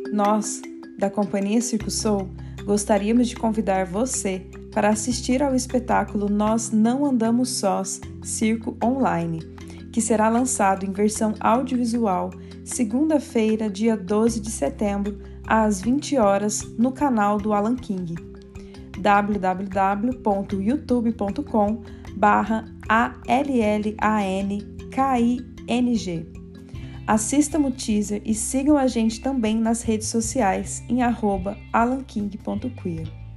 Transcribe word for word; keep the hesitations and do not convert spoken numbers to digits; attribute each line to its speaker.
Speaker 1: Nós, da Companhia Circo Soul, gostaríamos de convidar você para assistir ao espetáculo Nós Não Andamos Sós, Circo Online, que será lançado em versão audiovisual segunda-feira, dia doze de setembro, às vinte horas, no canal do Alan King, w w w ponto youtube ponto com barra A L L A N K I N G. Assistam o teaser e sigam a gente também nas redes sociais em arroba alanking ponto queer.